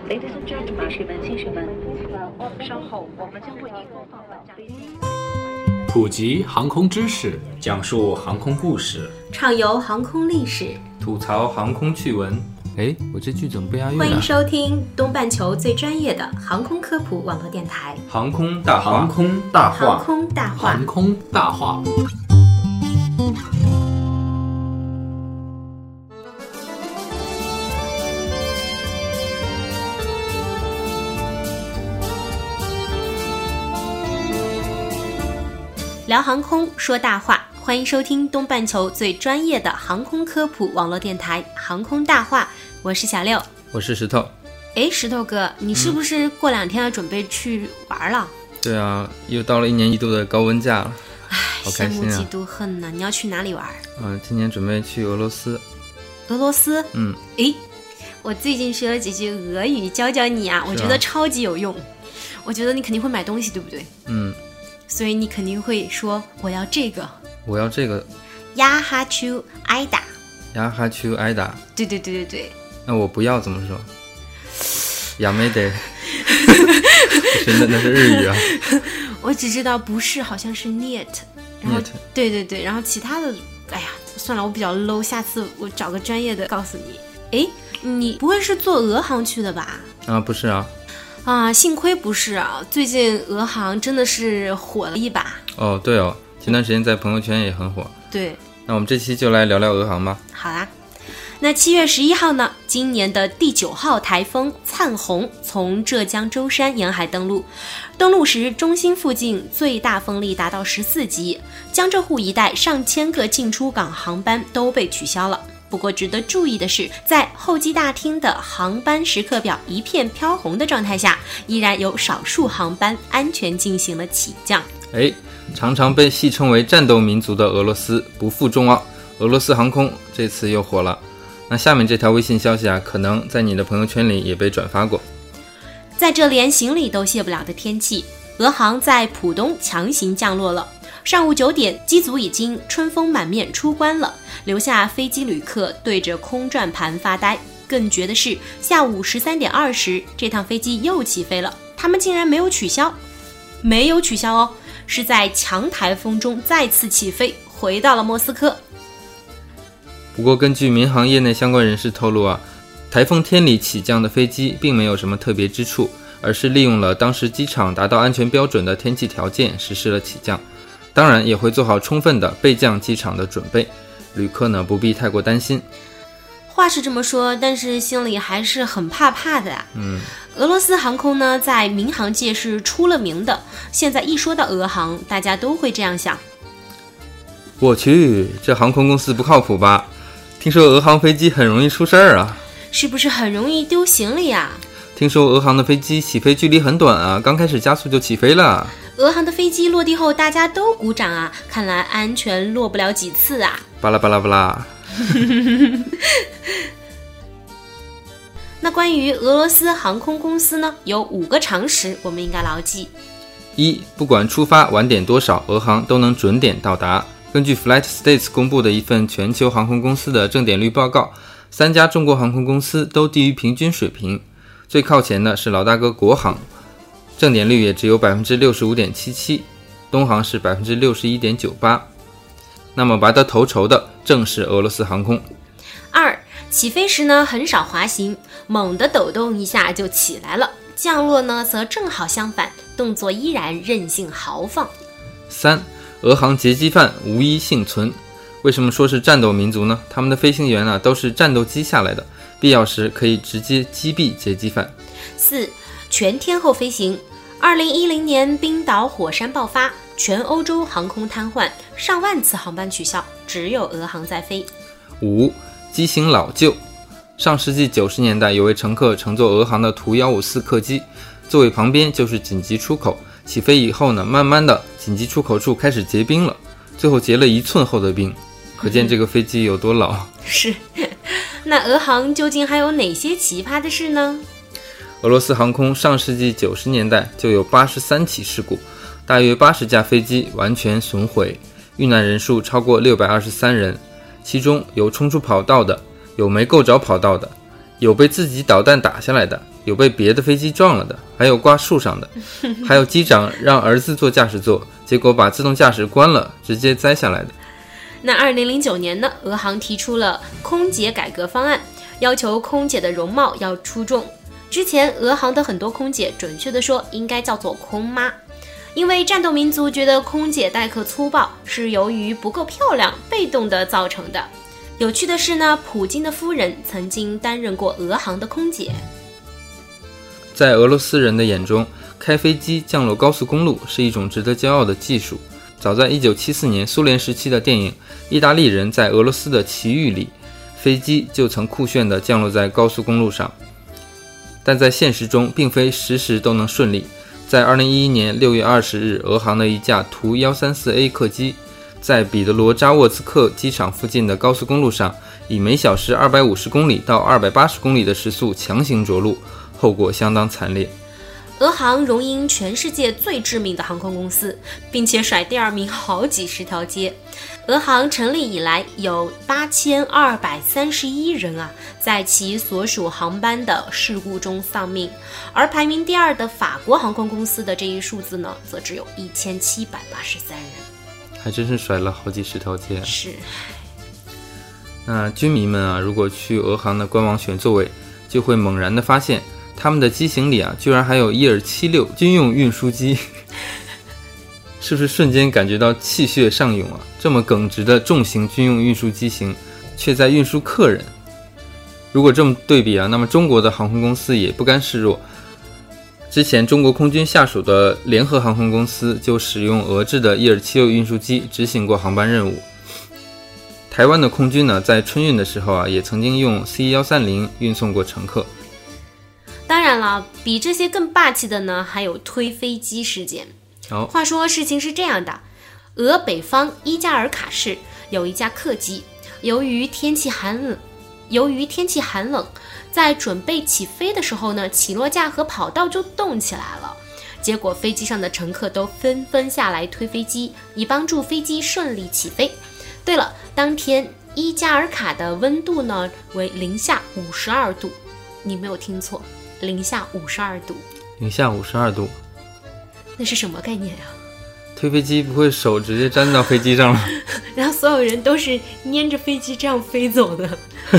Ladies and gentlemen，先生们，稍后我们将为您播放本站。 普及航空知识， 讲述航空故事， 畅游航空历史， 吐槽航空趣闻。 我这句怎么不押韵啊？ 欢迎收听东半球最专业的航空科普网络电台—— 航空大话。 航空大话。 航空大话。 聊航空说大话，欢迎收听东半球最专业的航空科普网络电台航空大话，我是小六， 我是石头。 石头哥，你是不是过2天要准备去玩了？ 对啊，又到了1年1度的高温假了，好开心啊！ 羡慕嫉妒恨呢。你要去哪里玩？ 今年准备去俄罗斯。 俄罗斯？我最近学了几句俄语，教教你啊，我觉得超级有用。我觉得你肯定会买东西，对不对？所以你肯定会说我要这个。 Я хочу айда。 对。 那我不要怎么说？亚美得。那是日语啊。 我只知道不是，好像是 niet。然后对，然后其他的，算了，我比较 low， 下次我找个专业的告诉你。你不会是坐俄航去的吧？ 不是啊。 幸亏不是啊！最近俄航真的是火了一把。 对哦，前段时间在朋友圈也很火。 对， 那我们这期就来聊聊俄航吧。 好啦，那7月11号呢，今年的第9号台风灿红从浙江舟山沿海登陆时，中心附近最大风力达到14级，江浙沪一带上千个进出港航班都被取消了。不过值得注意的是，在候机大厅的航班时刻表一片飘红的状态下，依然有少数航班安全进行了起降。 常常被戏称为战斗民族的俄罗斯不负众望，俄罗斯航空这次又火了。那下面这条微信消息可能在你的朋友圈里也被转发过。 在这连行李都卸不了的天气，俄航在浦东强行降落了。上午9点，机组已经春风满面出关了，留下飞机旅客对着空转盘发呆。更绝的是，下午13点20，这趟飞机又起飞了，他们竟然没有取消哦，是在强台风中再次起飞，回到了莫斯科。 不过根据民航业内相关人士透露台风天里起降的飞机并没有什么特别之处，而是利用了当时机场达到安全标准的天气条件实施了起降。当然也会做好充分的备降机场的准备，旅客呢不必太过担心。 话是这么说，但是心里还是很怕的俄罗斯航空呢，在民航界是出了名的，现在一说到俄航，大家都会这样想： 我去，这航空公司不靠谱吧？听说俄航飞机很容易出事儿啊， 是不是很容易丢行李啊？ 听说俄航的飞机起飞距离很短刚开始加速就起飞了。 俄航的飞机落地后大家都鼓掌看来安全落不了几次巴拉巴拉巴拉。 那关于俄罗斯航空公司呢，有5个常识我们应该牢记。 1. 不管出发晚点多少，俄航都能准点到达。根据 Flight States 公布的一份全球航空公司的正点率报告，3家中国航空公司都低于平均水平，最靠前的是老大哥国航，正点率也只有 65.77%， 东航是 61.98%。 那么拔得头筹的正是俄罗斯航空。 2. 起飞时呢很少滑行，猛地抖动一下就起来了，降落呢则正好相反，动作依然任性豪放。 3. 俄航劫机犯无一幸存。为什么说是战斗民族呢？他们的飞行员都是战斗机下来的，必要时可以直接击毙劫机犯。 4. 全天候飞行。2010年冰岛火山爆发，全欧洲航空瘫痪，上万次航班取消，只有俄航在飞。 5. 机型老旧。上世纪90年代，有位乘客乘坐俄航的图154客机，座位旁边就是紧急出口，起飞以后呢，慢慢的紧急出口处开始结冰了，最后结了1寸厚的冰，可见这个飞机有多老。 是。那俄航究竟还有哪些奇葩的事呢？ 俄罗斯航空上世纪90年代就有83起事故，大约80架飞机完全损毁，遇难人数超过623人，其中有冲出跑道的，有没够着跑道的，有被自己导弹打下来的， 有被别的飞机撞了的，还有挂树上的，还有机长让儿子坐驾驶座，结果把自动驾驶关了，直接栽下来的。 那2009年呢，俄航提出了空姐改革方案，要求空姐的容貌要出众。之前俄航的很多空姐，准确的说应该叫做空妈，因为战斗民族觉得空姐待客粗暴是由于不够漂亮被动的造成的。有趣的是呢，普京的夫人曾经担任过俄航的空姐。 在俄罗斯人的眼中，开飞机降落高速公路是一种值得骄傲的技术。早在1974年苏联时期的电影《意大利人在俄罗斯的奇遇》里，飞机就曾酷炫地降落在高速公路上。但在现实中并非时时都能顺利。在2011年6月20日，俄航的一架图 134A 客机在彼得罗扎沃茨克机场附近的高速公路上，以每小时250公里到280公里的时速强行着陆，后果相当惨烈。 俄航荣膺全世界最致命的航空公司，并且甩第二名好几十条街。俄航成立以来有8231人在其所属航班的事故中丧命，而排名第二的法国航空公司的这一数字呢，则只有1783人。 还真是甩了好几十条街。 是。 那军迷们如果去俄航的官网选座位，就会猛然地发现他们的机型里居然还有伊尔76军用运输机，是不是瞬间感觉到气血上涌这么耿直的重型军用运输机型，却在运输客人。如果这么对比那么中国的航空公司也不甘示弱。之前中国空军下属的联合航空公司就使用俄制的伊尔76运输机执行过航班任务。台湾的空军呢，在春运的时候也曾经用 C130 运送过乘客。 当然了，比这些更霸气的呢，还有推飞机事件。话说事情是这样的，俄北方伊加尔卡市有一架客机，由于天气寒冷，在准备起飞的时候呢，起落架和跑道就动起来了。结果飞机上的乘客都纷纷下来推飞机，以帮助飞机顺利起飞。对了，当天伊加尔卡的温度呢为-52度，你没有听错，-52度。 -52度， 那是什么概念呀？ 推飞机不会手直接粘到飞机上了？ 然后所有人都是粘着飞机这样飞走的。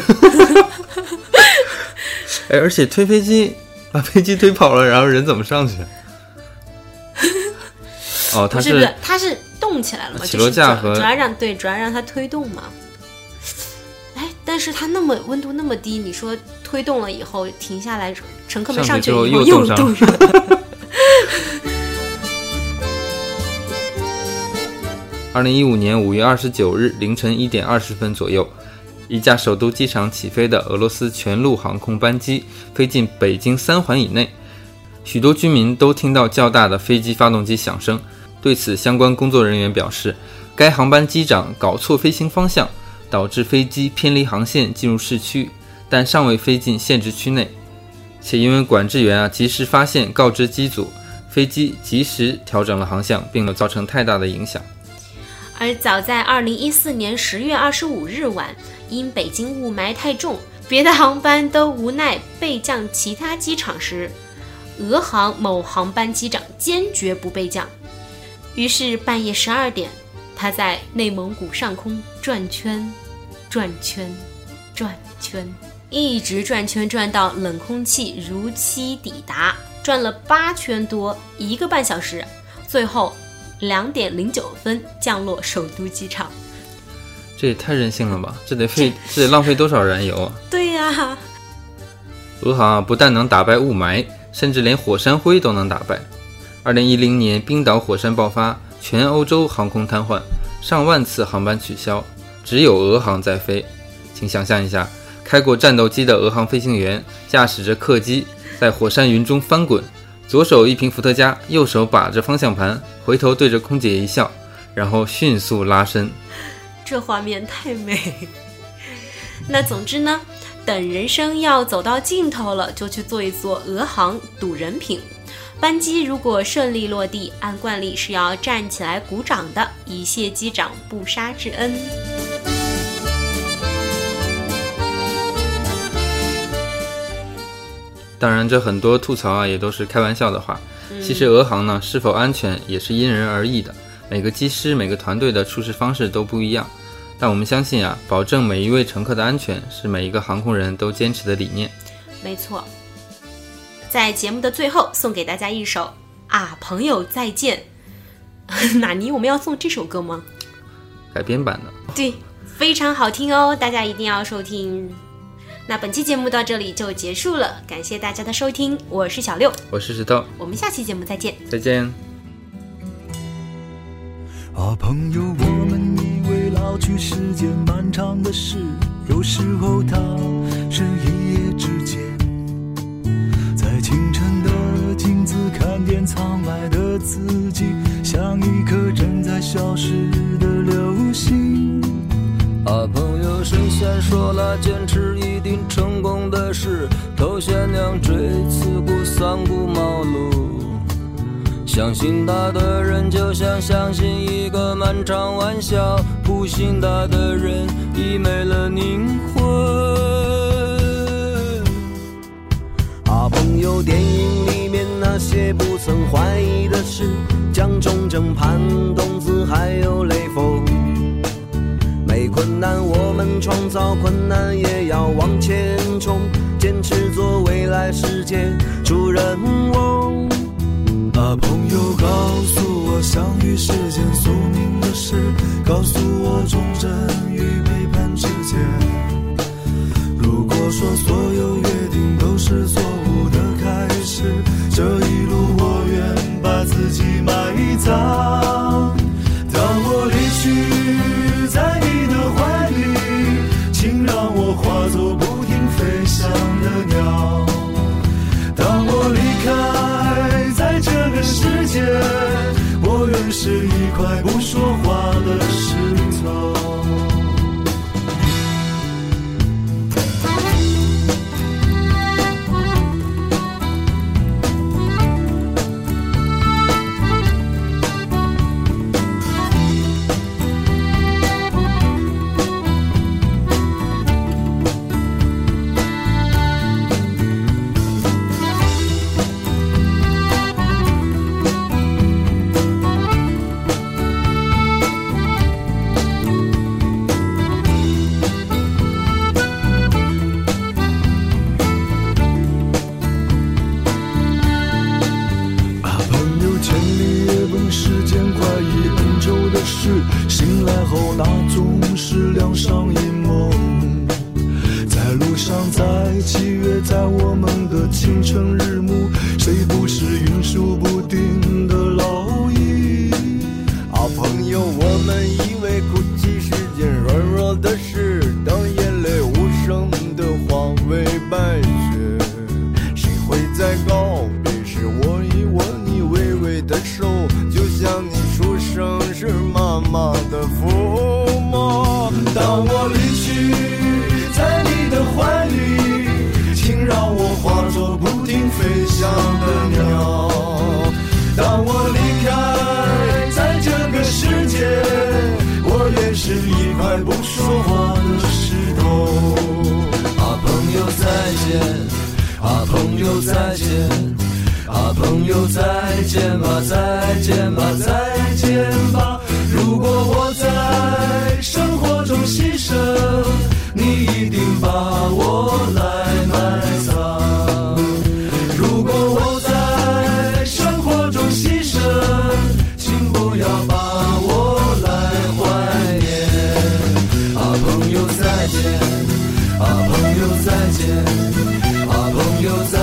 而且推飞机把飞机推跑了，然后人怎么上去？它是动起来了嘛？ 起落架和主要让它推动嘛。但是它温度那么低，你说推动了以后停下来，乘客们上去以后又动上了。 2015年5月29日凌晨1点20分左右，一架首都机场起飞的俄罗斯全路航空班机飞进北京3环以内，许多居民都听到较大的飞机发动机响声。对此，相关工作人员表示，该航班机长搞错飞行方向，导致飞机偏离航线进入市区，但尚未飞进限制区内。且因为管制员及时发现告知机组，飞机及时调整了航向，并没有造成太大的影响。 而早在2014年10月25日晚，因北京雾霾太重，别的航班都无奈备降其他机场时，俄航某航班机长坚决不备降。于是半夜12点，他在内蒙古上空转圈，一直转圈转到冷空气如期抵达，转了8圈多，1个半小时，最后2点09分降落首都机场。 这也太任性了吧，这得浪费多少燃油啊？ 对呀。 俄航不但能打败雾霾，甚至连火山灰都能打败。2010年冰岛火山爆发，全欧洲航空瘫痪，上万次航班取消，只有俄航在飞。请想象一下，开过战斗机的俄航飞行员驾驶着客机在火山云中翻滚，左手一瓶伏特加，右手把着方向盘，回头对着空姐一笑，然后迅速拉伸。 这画面太美。那总之呢，等人生要走到尽头了，就去坐一坐俄航，赌人品。班机如果顺利落地，按惯例是要站起来鼓掌的，以谢机长不杀之恩。 当然这很多吐槽啊也都是开玩笑的话。其实俄航呢是否安全也是因人而异的，每个机师每个团队的处事方式都不一样，但我们相信啊，保证每一位乘客的安全是每一个航空人都坚持的理念。 没错，在节目的最后送给大家一首啊朋友再见。纳尼，我们要送这首歌吗？ 改编版的。 对，非常好听哦，大家一定要收听。那本期节目到这里就结束了，感谢大家的收听，我是小六， 我是石头， 我们下期节目再见。 再见。 啊，朋友，我们以为老去是件漫长的事，有时候它是一夜之间。在清晨的镜子看见苍白的自己，像一颗正在消失的流星。 啊，朋友，神仙说了，坚持一定成功的事，头悬梁锥刺股三顾茅庐。相信他的人就像相信一个漫长玩笑，不信他的人已没了灵魂。啊，朋友，电影里面那些不曾怀疑的事，蒋中正、潘冬子还有雷锋。没困难我们创造困难，也要往前冲，坚持做未来世界主人翁。 啊，朋友，告诉我相遇是件宿命的事，告诉我忠贞与背叛之间。如果说所有约定都是错误的开始，这一路我愿把自己埋葬。当我离去在你的怀里，请让我化作不停飞翔的鸟。当我离开在这个世界，我愿是一块不说话的石头。醒来后那总是两上一梦，在路上，在七月，在我们的清晨日暮，谁不是云数不定的劳役？ 啊，朋友，我们以为哭泣是件软弱的事，当眼泪无声的化为白雪，谁会在告别时握一握你微微的手，就像你出生是妈妈的抚摸。 当我离去在你的怀里，请让我化作不停飞翔的鸟。当我离开在这个世界，我也是一块不说话的石头。 啊，朋友再见，啊，朋友再见，啊，朋友再见吧，再见吧，再见吧。如果我在生活中牺牲，你一定把我来埋葬。如果我在生活中牺牲，请不要把我来怀念。啊，朋友再见，啊，朋友再见，啊，朋友再见。